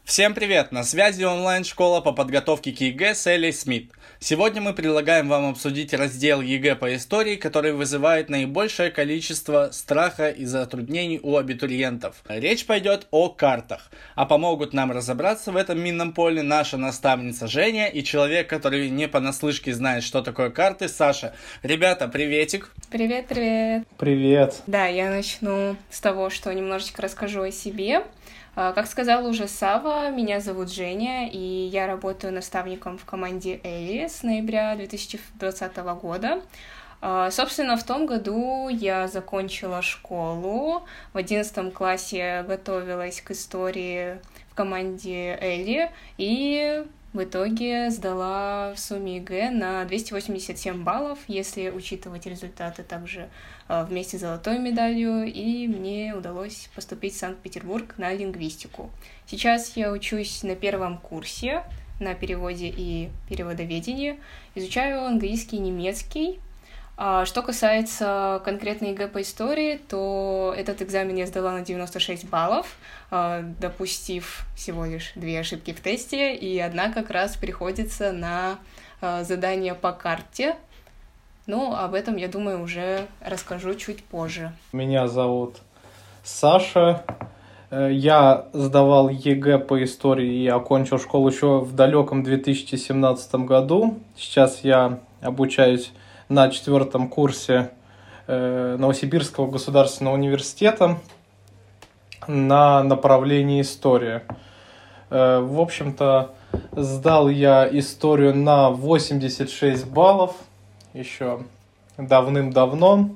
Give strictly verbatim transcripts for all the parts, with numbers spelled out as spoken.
Всем привет! На связи онлайн-школа по подготовке к ЕГЭ с Элей Смит. Сегодня мы предлагаем вам обсудить раздел ЕГЭ по истории, который вызывает наибольшее количество страха и затруднений у абитуриентов. Речь пойдет о картах, а помогут нам разобраться в этом минном поле наша наставница Женя и человек, который не понаслышке знает, что такое карты, Саша. Ребята, приветик! Привет-привет! Привет! Да, я начну с того, что немножечко расскажу о себе. Как сказала уже Сава, меня зовут Женя, и я работаю наставником в команде Эли с ноября две тысячи двадцатого года. Собственно, в том году я закончила школу, в одиннадцатом классе готовилась к истории в команде Эли, и в итоге сдала в сумме ЕГЭ на двести восемьдесят семь баллов, если учитывать результаты также вместе с золотой медалью, и мне удалось поступить в Санкт-Петербург на лингвистику. Сейчас я учусь на первом курсе на переводе и переводоведении, изучаю английский и немецкий. А что касается конкретно ЕГЭ по истории, то этот экзамен я сдала на девяносто шесть баллов, допустив всего лишь две ошибки в тесте, и одна как раз приходится на задание по карте. Ну, об этом, я думаю, уже расскажу чуть позже. Меня зовут Саша. Я сдавал ЕГЭ по истории и окончил школу еще в далеком две тысячи семнадцатом году. Сейчас я обучаюсь на четвертом курсе Новосибирского государственного университета на направлении история. В общем-то, сдал я историю на восемьдесят шесть баллов еще давным-давно.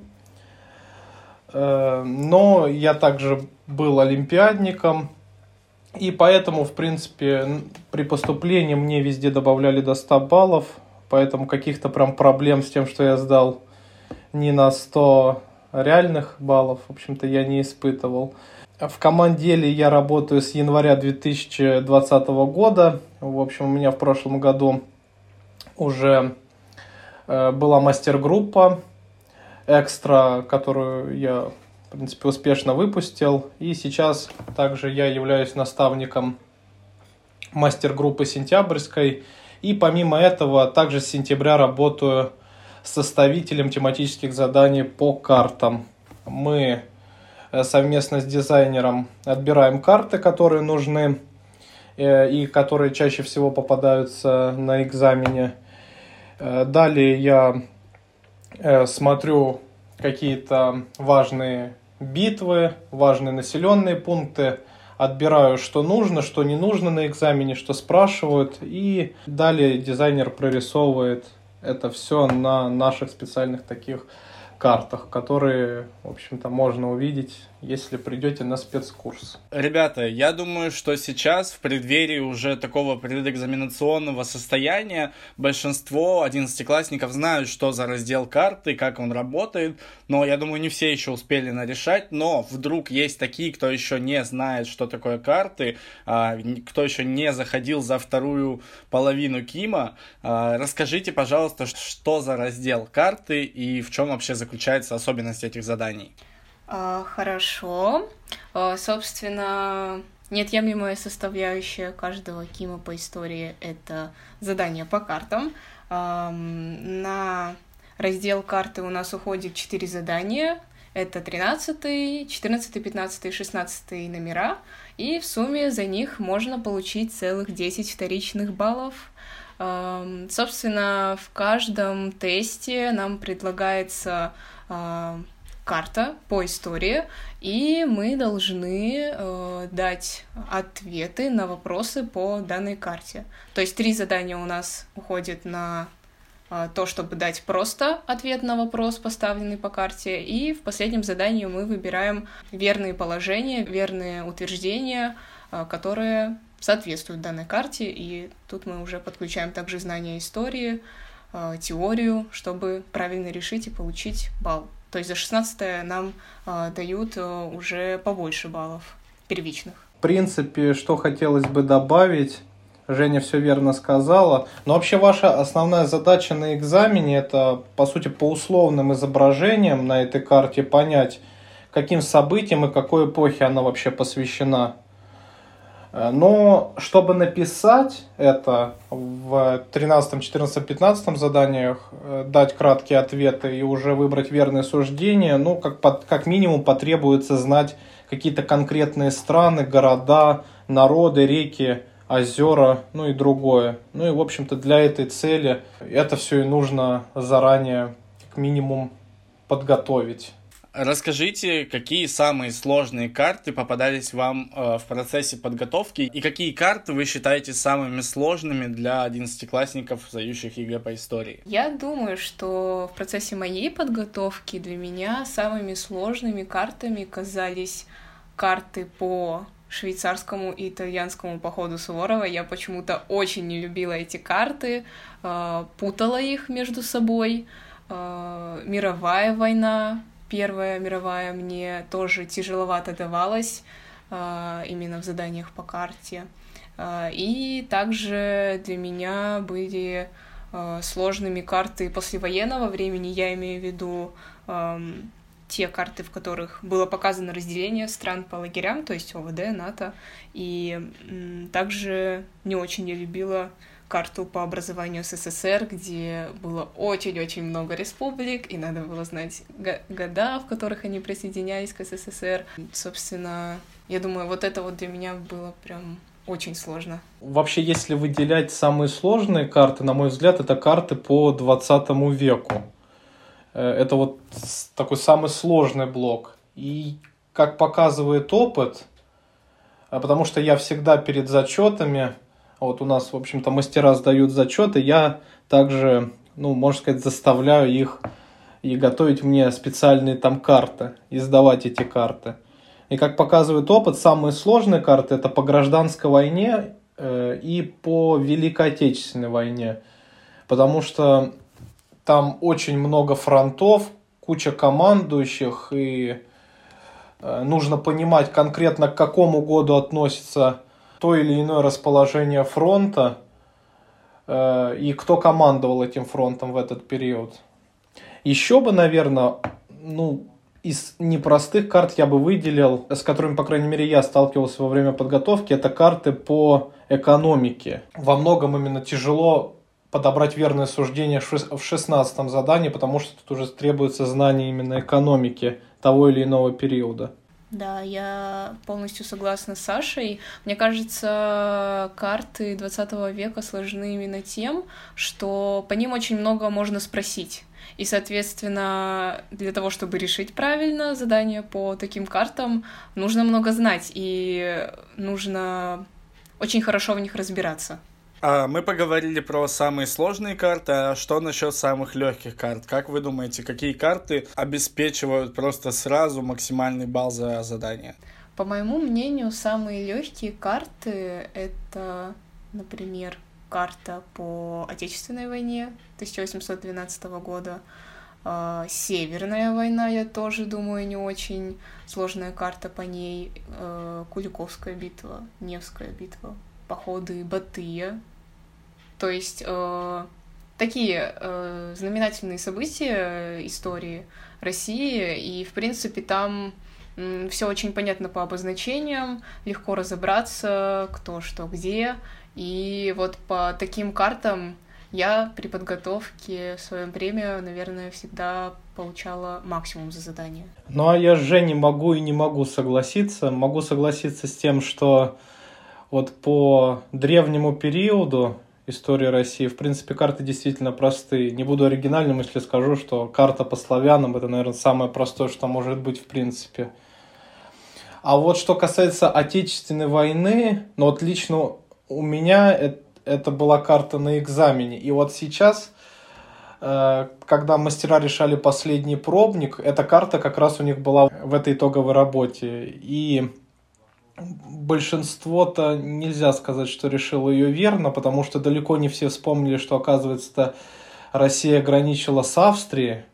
Но я также был олимпиадником, и поэтому, в принципе, при поступлении мне везде добавляли до ста баллов. Поэтому каких-то прям проблем с тем, что я сдал не на сто реальных баллов, в общем-то, я не испытывал. В команде Эли я работаю с января две тысячи двадцатого года. В общем, у меня в прошлом году уже была мастер-группа экстра, которую я, в принципе, успешно выпустил. И сейчас также я являюсь наставником мастер-группы сентябрьской. И помимо этого, также с сентября работаю составителем тематических заданий по картам. Мы совместно с дизайнером отбираем карты, которые нужны и которые чаще всего попадаются на экзамене. Далее я смотрю какие-то важные битвы, важные населенные пункты, отбираю, что нужно, что не нужно на экзамене, что спрашивают, и далее дизайнер прорисовывает это все на наших специальных таких картах, которые, в общем-то, можно увидеть, если придете на спецкурс. Ребята, я думаю, что сейчас, в преддверии уже такого предэкзаменационного состояния, большинство одиннадцатиклассников знают, что за раздел карты, как он работает, но я думаю, не все еще успели нарешать, но вдруг есть такие, кто еще не знает, что такое карты, кто еще не заходил за вторую половину КИМа. Расскажите, пожалуйста, что за раздел карты и в чем вообще заключается особенность этих заданий. Хорошо. Собственно, неотъемлемая составляющая каждого КИМа по истории — это задание по картам. На раздел карты у нас уходит четыре задания. Это тринадцатый, четырнадцатый, пятнадцатый и шестнадцатый номера. И в сумме за них можно получить целых десять вторичных баллов. Собственно, в каждом тесте нам предлагается карта по истории, и мы должны э, дать ответы на вопросы по данной карте. То есть три задания у нас уходят на э, то, чтобы дать просто ответ на вопрос, поставленный по карте, и в последнем задании мы выбираем верные положения, верные утверждения, э, которые соответствуют данной карте, и тут мы уже подключаем также знания истории, э, теорию, чтобы правильно решить и получить балл. То есть за шестнадцатое нам э, дают э, уже побольше баллов первичных. В принципе, что хотелось бы добавить, Женя все верно сказала. Но вообще ваша основная задача на экзамене — это, по сути, по условным изображениям на этой карте понять, каким событиям и какой эпохе она вообще посвящена. Но чтобы написать это в тринадцатом, четырнадцатом, пятнадцатом заданиях, дать краткие ответы и уже выбрать верное суждение, ну, как, под, как минимум потребуется знать какие-то конкретные страны, города, народы, реки, озера, ну и другое. Ну и, в общем-то, для этой цели это все и нужно заранее, как минимум, подготовить. Расскажите, какие самые сложные карты попадались вам э, в процессе подготовки и какие карты вы считаете самыми сложными для одиннадцатиклассников, сдающих ЕГЭ по истории? Я думаю, что в процессе моей подготовки для меня самыми сложными картами казались карты по швейцарскому и итальянскому походу Суворова. Я почему-то очень не любила эти карты, э, путала их между собой. Э, мировая война, Первая мировая, мне тоже тяжеловато давалась э, именно в заданиях по карте. Э, и также для меня были э, сложными карты послевоенного времени. Я имею в виду э, те карты, в которых было показано разделение стран по лагерям, то есть ОВД, НАТО. И э, также не очень я любила карту по образованию СССР, где было очень-очень много республик, и надо было знать года, в которых они присоединялись к СССР. Собственно, я думаю, вот это вот для меня было прям очень сложно. Вообще, если выделять самые сложные карты, на мой взгляд, это карты по двадцатому веку. Это вот такой самый сложный блок. И как показывает опыт, потому что я всегда перед зачетами, вот у нас, в общем-то, мастера сдают зачеты, я также, ну, можно сказать, заставляю их и готовить мне специальные там карты, и сдавать эти карты. И как показывает опыт, самые сложные карты это по гражданской войне э, и по Великой Отечественной войне. Потому что там очень много фронтов, куча командующих, и э, нужно понимать конкретно к какому году относится то или иное расположение фронта э, и кто командовал этим фронтом в этот период. Еще бы, наверное, ну, из непростых карт я бы выделил, с которыми, по крайней мере, я сталкивался во время подготовки, это карты по экономике. Во многом именно тяжело подобрать верное суждение в шестнадцатом задании, потому что тут уже требуется знание именно экономики того или иного периода. Да, я полностью согласна с Сашей. Мне кажется, карты двадцатого века сложны именно тем, что по ним очень много можно спросить. И, соответственно, для того, чтобы решить правильно задание по таким картам, нужно много знать, и нужно очень хорошо в них разбираться. А мы поговорили про самые сложные карты, а что насчет самых легких карт? Как вы думаете, какие карты обеспечивают просто сразу максимальный балл за задание? По моему мнению, самые легкие карты — это, например, карта по Отечественной войне тысяча восемьсот двенадцатого года, Северная война, я тоже думаю, не очень сложная карта по ней, Куликовская битва, Невская битва, походы Батыя. То есть э, такие э, знаменательные события истории России, и, в принципе, там э, все очень понятно по обозначениям, легко разобраться, кто, что, где. И вот по таким картам я при подготовке в свое время, наверное, всегда получала максимум за задание. Ну, а я с Женей могу и не могу согласиться. Могу согласиться с тем, что вот по древнему периоду истории России, в принципе, карты действительно простые. Не буду оригинальным, если скажу, что карта по славянам — это, наверное, самое простое, что может быть в принципе. А вот что касается Отечественной войны, ну вот лично у меня это, это была карта на экзамене. И вот сейчас, э, когда мастера решали последний пробник, эта карта как раз у них была в этой итоговой работе. И большинство-то нельзя сказать, что решило ее верно, потому что далеко не все вспомнили, что, оказывается, Россия граничила с Австрией,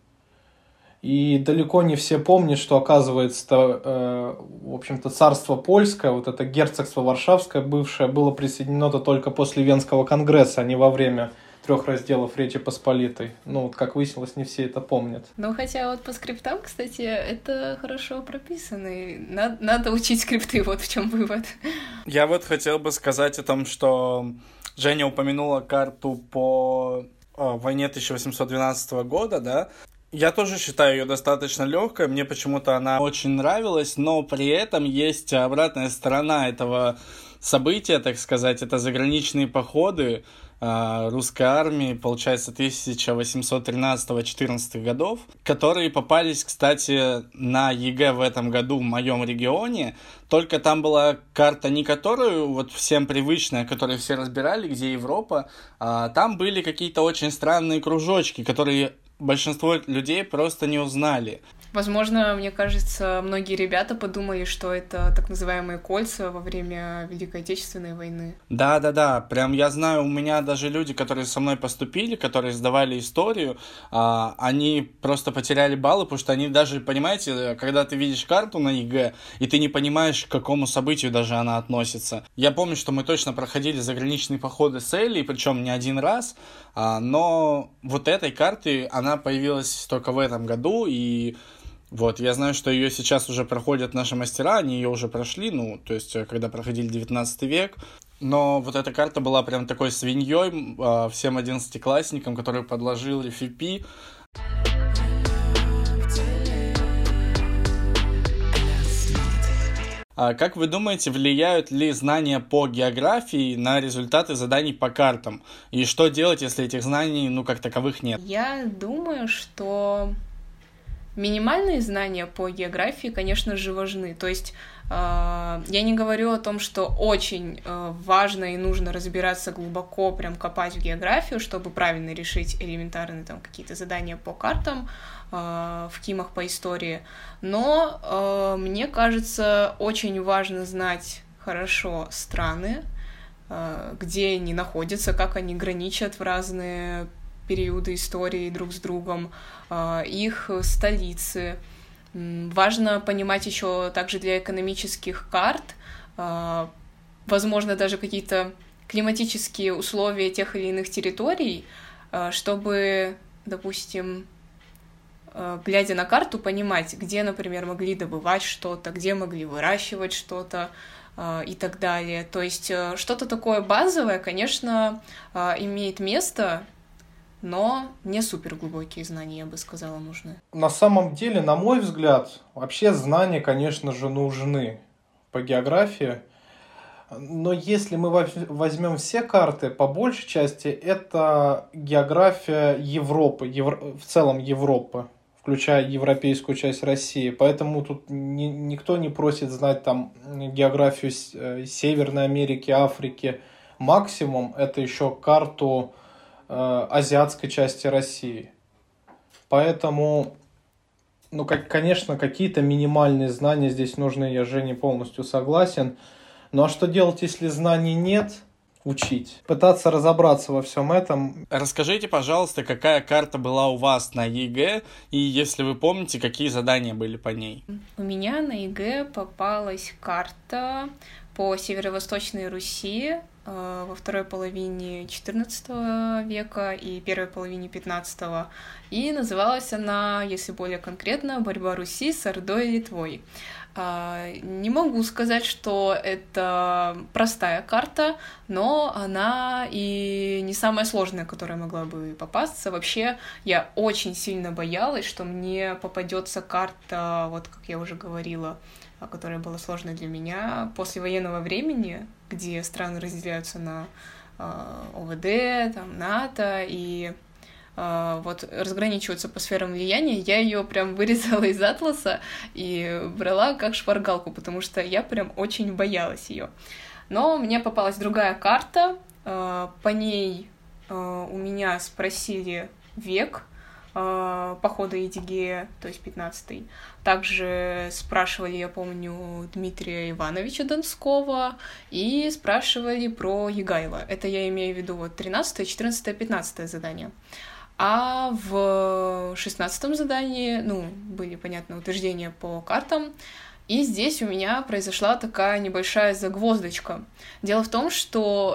и далеко не все помнят, что, оказывается, э, в общем-то, царство польское, вот это герцогство варшавское бывшее, было присоединено только после Венского конгресса, а не во время трех разделов Речи Посполитой. Ну, вот, как выяснилось, не все это помнят. Ну, хотя вот по скриптам, кстати, это хорошо прописано. И надо, надо учить скрипты, вот в чем вывод. Я вот хотел бы сказать о том, что Женя упомянула карту по о, войне тысяча восемьсот двенадцатого года, да. Я тоже считаю ее достаточно легкой, мне почему-то она очень нравилась, но при этом есть обратная сторона этого события, так сказать, это заграничные походы э, русской армии, получается, тысяча восемьсот тринадцатого-четырнадцатого годов, которые попались, кстати, на ЕГЭ в этом году в моем регионе, только там была карта не которую вот всем привычная, которую все разбирали, где Европа, а там были какие-то очень странные кружочки, которые большинство людей просто не узнали. Возможно, мне кажется, многие ребята подумали, что это так называемые кольца во время Великой Отечественной войны. Да-да-да, прям я знаю, у меня даже люди, которые со мной поступили, которые сдавали историю, а, они просто потеряли баллы, потому что они даже, понимаете, когда ты видишь карту на ЕГЭ, и ты не понимаешь, к какому событию даже она относится. Я помню, что мы точно проходили заграничные походы с Элей, причем не один раз, а, но вот этой карты, она появилась только в этом году, и вот, я знаю, что ее сейчас уже проходят наши мастера, они ее уже прошли, ну, то есть, когда проходили девятнадцатый век, но вот эта карта была прям такой свиньей э, всем одиннадцатиклассникам, которые подложили эф и пи. А как вы думаете, влияют ли знания по географии на результаты заданий по картам? И что делать, если этих знаний, ну, как таковых нет? Я думаю, что минимальные знания по географии, конечно же, важны. То есть э, я не говорю о том, что очень э, важно и нужно разбираться глубоко, прям копать в географию, чтобы правильно решить элементарные там какие-то задания по картам, э, в КИМах по истории. Но э, мне кажется, очень важно знать хорошо страны, э, где они находятся, как они граничат в разные периоды истории друг с другом, их столицы. Важно понимать еще также для экономических карт, возможно, даже какие-то климатические условия тех или иных территорий, чтобы, допустим, глядя на карту, понимать, где, например, могли добывать что-то, где могли выращивать что-то и так далее. То есть что-то такое базовое, конечно, имеет место, но не суперглубокие знания, я бы сказала, нужны. На самом деле, на мой взгляд, вообще знания, конечно же, нужны по географии. Но если мы возьмем все карты, по большей части это география Европы, Евро... в целом Европы, включая европейскую часть России. Поэтому тут ни... никто не просит знать там географию Северной Америки, Африки. Максимум это еще карту азиатской части России. Поэтому, ну, как, конечно, какие-то минимальные знания здесь нужны, я с Женей полностью согласен. Ну, а что делать, если знаний нет? Учить. Пытаться разобраться во всем этом. Расскажите, пожалуйста, какая карта была у вас на ЕГЭ, и если вы помните, какие задания были по ней? У меня на ЕГЭ попалась карта по Северо-Восточной Руси во второй половине четырнадцатого века и первой половине пятнадцатого. И называлась она, если более конкретно, «Борьба Руси с Ордой и Литвой». Не могу сказать, что это простая карта, но она и не самая сложная, которая могла бы попасться. Вообще, я очень сильно боялась, что мне попадется карта, вот как я уже говорила, которая была сложной для меня, после военного времени, где страны разделяются на о вэ дэ, там, НАТО, и э, вот разграничиваются по сферам влияния. Я ее прям вырезала из атласа и брала как шпаргалку, потому что я прям очень боялась ее. Но мне попалась другая карта, э, по ней э, у меня спросили век похода Едигея, то есть пятнадцатый. Также спрашивали, я помню, Дмитрия Ивановича Донского и спрашивали про Егайло. Это я имею в виду вот тринадцатое, четырнадцатое, пятнадцатое задание. А в шестнадцатом задании, ну, были, понятно, утверждения по картам, и здесь у меня произошла такая небольшая загвоздочка. Дело в том, что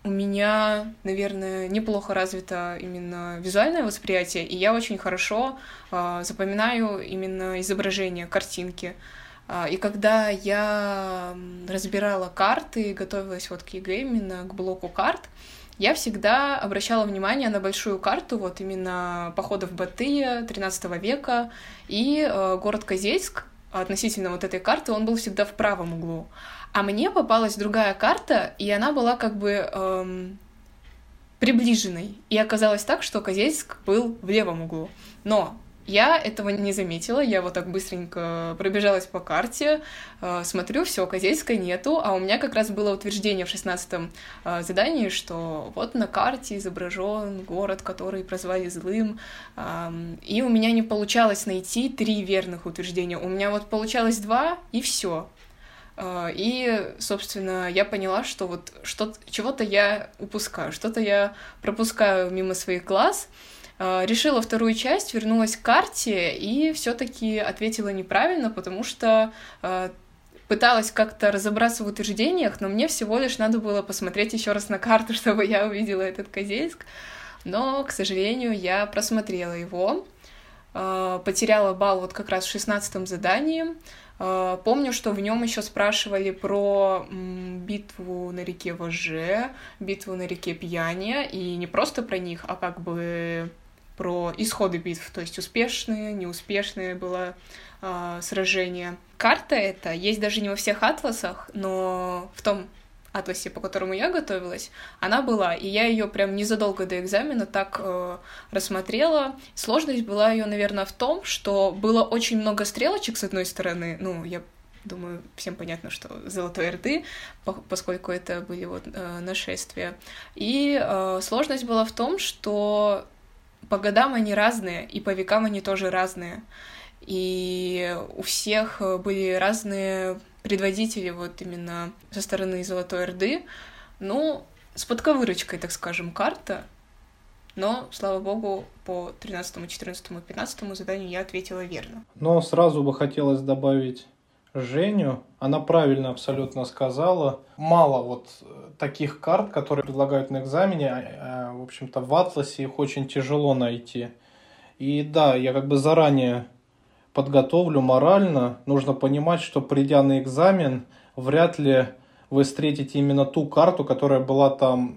у меня, наверное, неплохо развито именно визуальное восприятие, и я очень хорошо э, запоминаю именно изображение, картинки. Э, и когда я разбирала карты, готовилась вот к ЕГЭ, именно к блоку карт, я всегда обращала внимание на большую карту, вот именно походов Батыя тринадцатого века и э, город Козельск. Относительно вот этой карты он был всегда в правом углу. А мне попалась другая карта, и она была как бы эм, приближенной. И оказалось так, что Козельск был в левом углу. Но я этого не заметила, я вот так быстренько пробежалась по карте, э, смотрю, все, Козельска нету, а у меня как раз было утверждение в шестнадцатом э, задании, что вот на карте изображен город, который прозвали злым, э, и у меня не получалось найти три верных утверждения, у меня вот получалось два, и все. И, собственно, я поняла, что вот что чего-то я упускаю, что-то я пропускаю мимо своих глаз. Решила вторую часть, вернулась к карте и все-таки ответила неправильно, потому что пыталась как-то разобраться в утверждениях, но мне всего лишь надо было посмотреть еще раз на карту, чтобы я увидела этот Козельск. Но, к сожалению, я просмотрела его, потеряла балл вот как раз в шестнадцатом задании. Помню, что в нем еще спрашивали про битву на реке Воже, битву на реке Пьяне, и не просто про них, а как бы про исходы битв, то есть успешные, неуспешные было э, сражение. Карта эта есть даже не во всех атласах, но в том атласе, по которому я готовилась, она была, и я ее прям незадолго до экзамена так э, рассмотрела. Сложность была ее, наверное, в том, что было очень много стрелочек с одной стороны, ну, я думаю, всем понятно, что Золотой Орды, поскольку это были вот э, нашествия. И э, сложность была в том, что по годам они разные, и по векам они тоже разные. И у всех были разные предводители вот именно со стороны Золотой Орды. Ну, с подковырочкой, так скажем, карта. Но, слава богу, по тринадцатому, четырнадцатому и пятнадцатому заданию я ответила верно. Но сразу бы хотелось добавить Женю. Она правильно абсолютно сказала. Мало вот таких карт, которые предлагают на экзамене. В общем-то, в атласе их очень тяжело найти. И да, я как бы заранее подготовлю морально. Нужно понимать, что придя на экзамен, вряд ли вы встретите именно ту карту, которая была там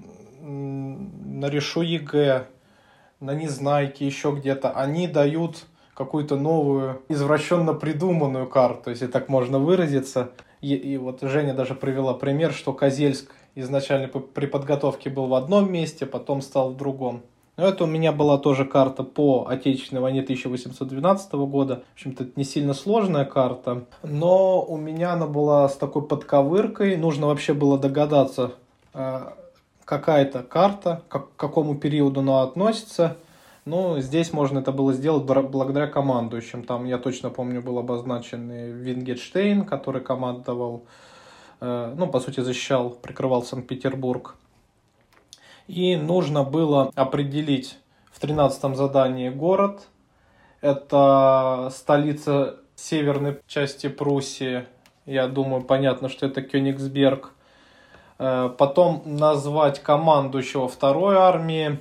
на Решу ЕГЭ, на Незнайке, еще где-то. Они дают какую-то новую, извращенно придуманную карту, если так можно выразиться. И, и вот Женя даже привела пример, что Козельск изначально при подготовке был в одном месте, потом стал в другом. Но это у меня была тоже карта по Отечественной войне тысяча восемьсот двенадцатого года. В общем-то, это не сильно сложная карта, но у меня она была с такой подковыркой. Нужно вообще было догадаться, какая это карта, к какому периоду она относится. Ну, здесь можно это было сделать благодаря командующим. Там, я точно помню, был обозначен Вингетштейн, который командовал, ну, по сути, защищал, прикрывал Санкт-Петербург. И нужно было определить в тринадцатом задании город. Это столица северной части Пруссии. Я думаю, понятно, что это Кёнигсберг. Потом назвать командующего второй армии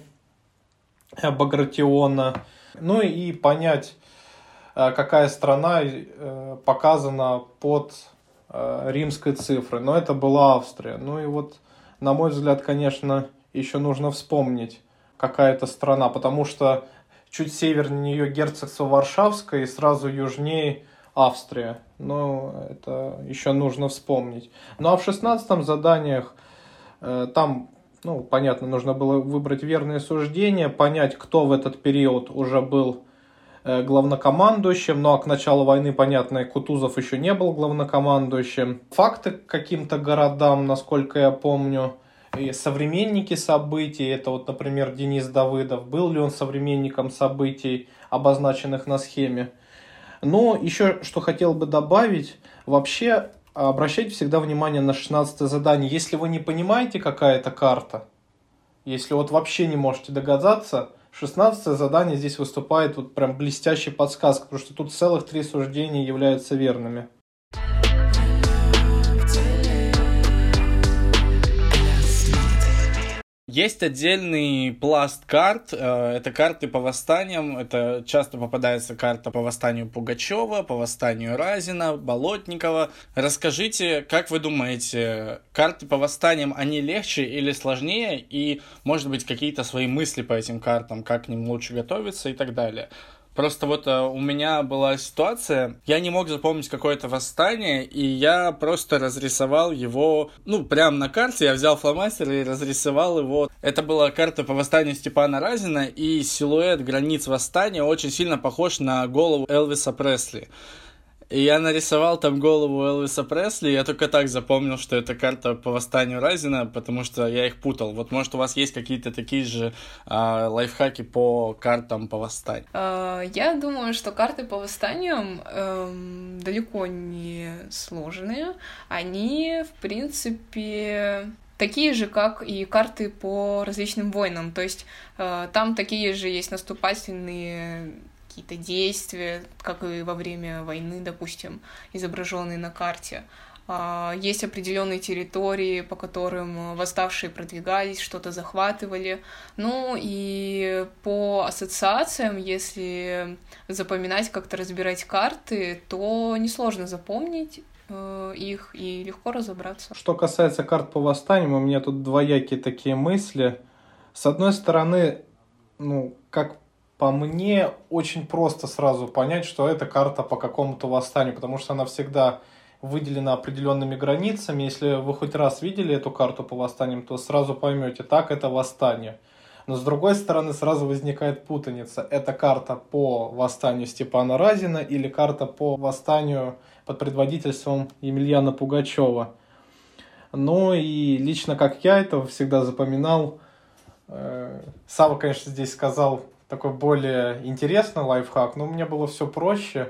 Багратиона. Ну и понять, какая страна показана под римской цифрой. Но это была Австрия. Ну и вот, на мой взгляд, конечно, еще нужно вспомнить, какая это страна, потому что чуть севернее нее герцогство Варшавское и сразу южнее Австрия. Но это еще нужно вспомнить. Ну а в шестнадцатом заданиях э, там, ну, понятно, нужно было выбрать верные суждения, понять, кто в этот период уже был э, главнокомандующим. Ну а к началу войны, понятно, Кутузов еще не был главнокомандующим. Факты к каким-то городам, насколько я помню, и современники событий, это вот, например, Денис Давыдов, был ли он современником событий, обозначенных на схеме. Но еще что хотел бы добавить, вообще обращайте всегда внимание на шестнадцатое задание. Если вы не понимаете, какая это карта, если вот вообще не можете догадаться, шестнадцатое задание здесь выступает вот прям блестящей подсказкой, потому что тут целых три суждения являются верными. Есть отдельный пласт карт, это карты по восстаниям, это часто попадается карта по восстанию Пугачева, по восстанию Разина, Болотникова. Расскажите, как вы думаете, карты по восстаниям, они легче или сложнее, и, может быть, какие-то свои мысли по этим картам, как к ним лучше готовиться и так далее? Просто вот а, у меня была ситуация, я не мог запомнить какое-то восстание, и я просто разрисовал его, ну, прямо на карте, я взял фломастер и разрисовал его. Это была карта по восстанию Степана Разина, и силуэт границ восстания очень сильно похож на голову Элвиса Пресли. И я нарисовал там голову Элвиса Пресли, я только так запомнил, что это карта по восстанию Разина, потому что я их путал. Вот, может, у вас есть какие-то такие же а, лайфхаки по картам по восстанию? Я думаю, что карты по восстаниям эм, далеко не сложные. Они, в принципе, такие же, как и карты по различным войнам. То есть э, там такие же есть наступательные какие-то действия, как и во время войны, допустим, изображенные на карте. Есть определенные территории, по которым восставшие продвигались, что-то захватывали. Ну и по ассоциациям, если запоминать, как-то разбирать карты, то несложно запомнить их и легко разобраться. Что касается карт по восстаниям, у меня тут двоякие такие мысли. С одной стороны, ну, как по мне, очень просто сразу понять, что это карта по какому-то восстанию, потому что она всегда выделена определенными границами. Если вы хоть раз видели эту карту по восстаниям, то сразу поймете, так, это восстание. Но с другой стороны, сразу возникает путаница. Это карта по восстанию Степана Разина или карта по восстанию под предводительством Емельяна Пугачева. Ну и лично как я это всегда запоминал, э, Сава, конечно, здесь сказал такой более интересный лайфхак, но у меня было все проще.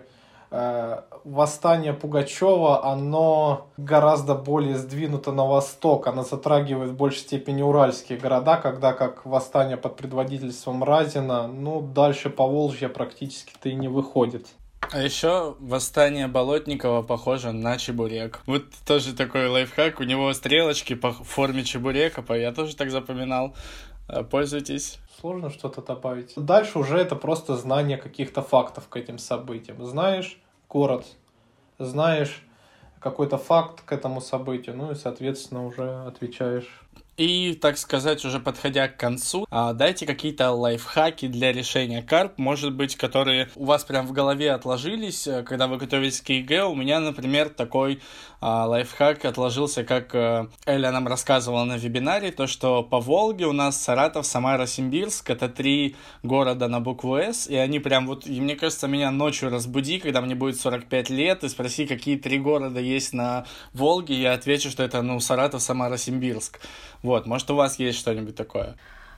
Восстание Пугачева, оно гораздо более сдвинуто на восток, оно затрагивает в большей степени уральские города, когда как восстание под предводительством Разина, ну, дальше Поволжья практически-то и не выходит. А еще восстание Болотникова похоже на чебурек. Вот тоже такой лайфхак, у него стрелочки по форме чебурека, я тоже так запоминал. Пользуйтесь. Сложно что-то добавить. Дальше уже это просто знание каких-то фактов к этим событиям. Знаешь город, знаешь какой-то факт к этому событию, ну и, соответственно, уже отвечаешь. И, так сказать, уже подходя к концу, дайте какие-то лайфхаки для решения карт, может быть, которые у вас прям в голове отложились, когда вы готовились к ЕГЭ. У меня, например, такой а, лайфхак отложился, как а, Эля нам рассказывала на вебинаре, то, что по Волге у нас Саратов, Самара, Симбирск, это три города на букву «С», и они прям вот, и мне кажется, меня ночью разбуди, когда мне будет сорок пять лет, и спроси, какие три города есть на Волге, я отвечу, что это, ну, Саратов, Самара, Симбирск. Вот, может, у вас есть что-нибудь такое?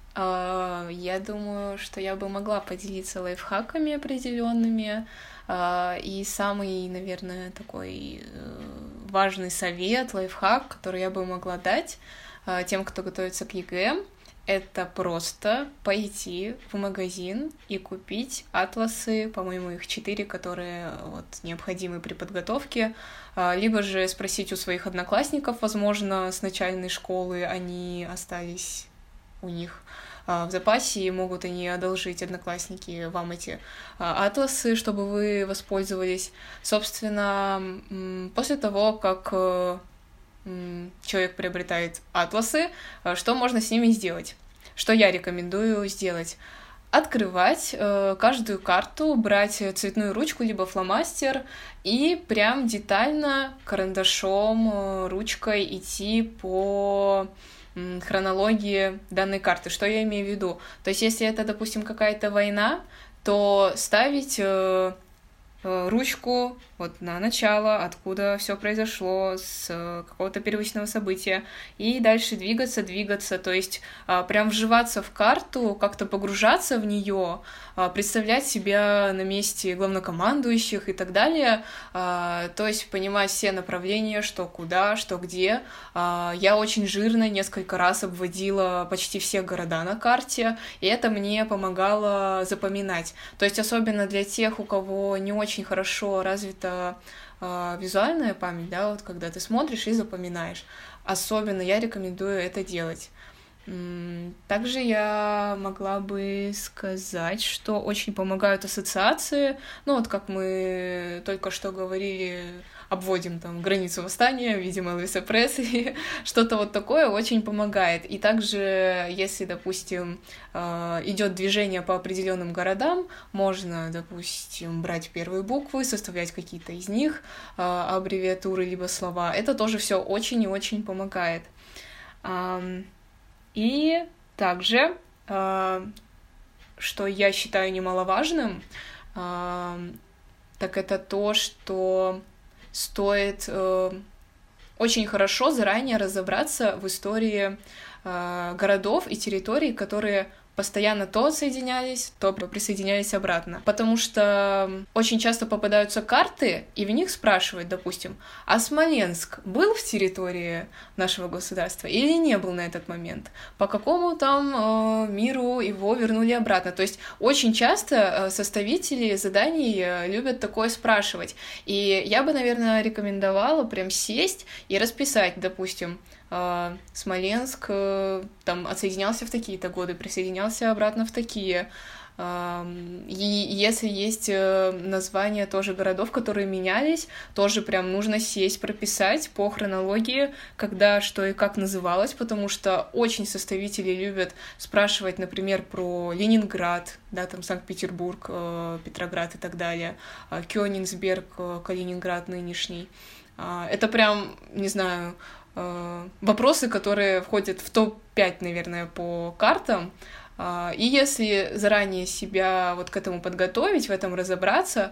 Я думаю, что я бы могла поделиться лайфхаками определенными. И самый, наверное, такой важный совет, лайфхак, который я бы могла дать тем, кто готовится к ЕГЭ, это просто пойти в магазин и купить атласы, по-моему, их четыре, которые вот, необходимы при подготовке, либо же спросить у своих одноклассников, возможно, с начальной школы они остались у них в запасе, и могут они одолжить, одноклассники, вам эти атласы, чтобы вы воспользовались. Собственно, после того, как человек приобретает атласы, что можно с ними сделать? Что я рекомендую сделать? Открывать э, каждую карту, брать цветную ручку либо фломастер и прям детально карандашом, э, ручкой идти по э, хронологии данной карты. Что я имею в виду? То есть если это, допустим, какая-то война, то ставить э, ручку вот на начало, откуда все произошло, с какого-то первичного события, и дальше двигаться, двигаться, то есть прям вживаться в карту, как-то погружаться в нее, представлять себя на месте главнокомандующих и так далее, то есть понимать все направления, что куда, что где. Я очень жирно несколько раз обводила почти все города на карте, и это мне помогало запоминать. То есть особенно для тех, у кого не очень хорошо развита э, визуальная память, да, вот когда ты смотришь и запоминаешь. Особенно я рекомендую это делать. Также я могла бы сказать, что очень помогают ассоциации. Ну, вот как мы только что говорили, обводим там границу восстания, видимо, Элвиса Пресли, что-то вот такое очень помогает. И также, если, допустим, идет движение по определенным городам, можно, допустим, брать первые буквы, составлять какие-то из них, аббревиатуры либо слова. Это тоже все очень и очень помогает. И также, что я считаю немаловажным, так это то, что стоит очень хорошо заранее разобраться в истории городов и территорий, которые постоянно то соединялись, то присоединялись обратно. Потому что очень часто попадаются карты, и в них спрашивают, допустим, а Смоленск был в территории нашего государства или не был на этот момент? По какому там э, миру его вернули обратно? То есть очень часто составители заданий любят такое спрашивать. И я бы, наверное, рекомендовала прям сесть и расписать, допустим, Смоленск там отсоединялся в такие-то годы, присоединялся обратно в такие. И если есть названия тоже городов, которые менялись, тоже прям нужно сесть, прописать по хронологии, когда, что и как называлось, потому что очень составители любят спрашивать, например, про Ленинград, да, там Санкт-Петербург, Петроград и так далее, Кёнигсберг, Калининград нынешний. Это прям, не знаю, вопросы, которые входят в топ пять, наверное, по картам. И если заранее себя вот к этому подготовить, в этом разобраться,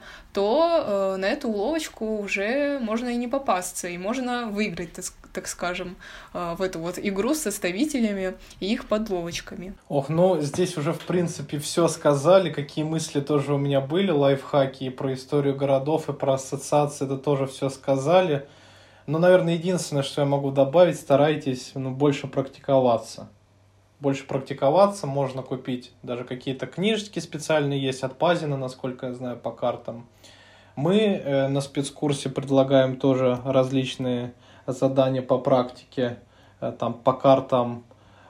то на эту уловочку уже можно и не попасться, и можно выиграть, так скажем, в эту вот игру с составителями и их подловочками. Ох, ну здесь уже, в принципе, все сказали, какие мысли тоже у меня были, лайфхаки и про историю городов, и про ассоциации, это тоже все сказали. Но, наверное, единственное, что я могу добавить, старайтесь ну, больше практиковаться. Больше практиковаться, можно купить даже какие-то книжечки специальные есть от Пазина, насколько я знаю, по картам. Мы э, на спецкурсе предлагаем тоже различные задания по практике, э, там, по картам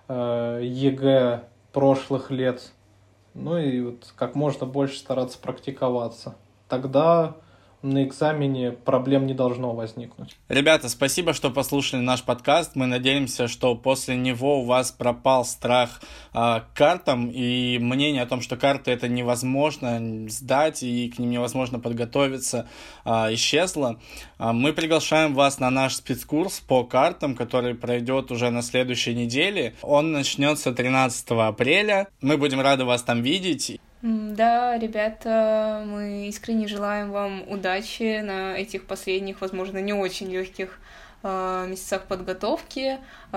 э, ЕГЭ прошлых лет. Ну и вот как можно больше стараться практиковаться. Тогда на экзамене проблем не должно возникнуть. Ребята, спасибо, что послушали наш подкаст. Мы надеемся, что после него у вас пропал страх э, к картам и мнение о том, что карты это невозможно сдать и к ним невозможно подготовиться, э, исчезло. Э, мы приглашаем вас на наш спецкурс по картам, который пройдет уже на следующей неделе. Он начнется тринадцатого апреля. Мы будем рады вас там видеть. Да, ребята, мы искренне желаем вам удачи на этих последних, возможно, не очень легких э, месяцах подготовки.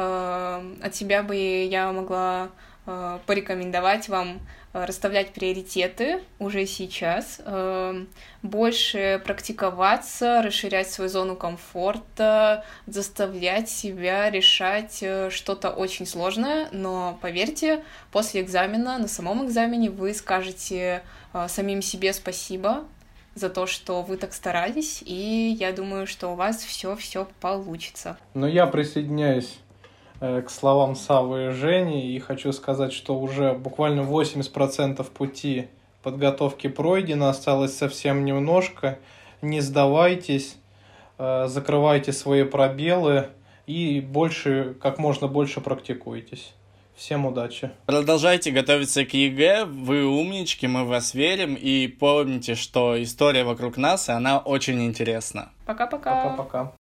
Э, от себя бы я могла э, порекомендовать вам расставлять приоритеты уже сейчас, э, больше практиковаться, расширять свою зону комфорта, заставлять себя решать что-то очень сложное, но поверьте, после экзамена, на самом экзамене вы скажете э, самим себе спасибо за то, что вы так старались, и я думаю, что у вас все-все получится. Но я присоединяюсь к словам Савы и Жени, и хочу сказать, что уже буквально восемьдесят процентов пути подготовки пройдено, осталось совсем немножко. Не сдавайтесь, закрывайте свои пробелы и больше, как можно больше практикуйтесь. Всем удачи. Продолжайте готовиться к ЕГЭ, вы умнички, мы в вас верим, и помните, что история вокруг нас, и она очень интересна. Пока-пока. Пока-пока.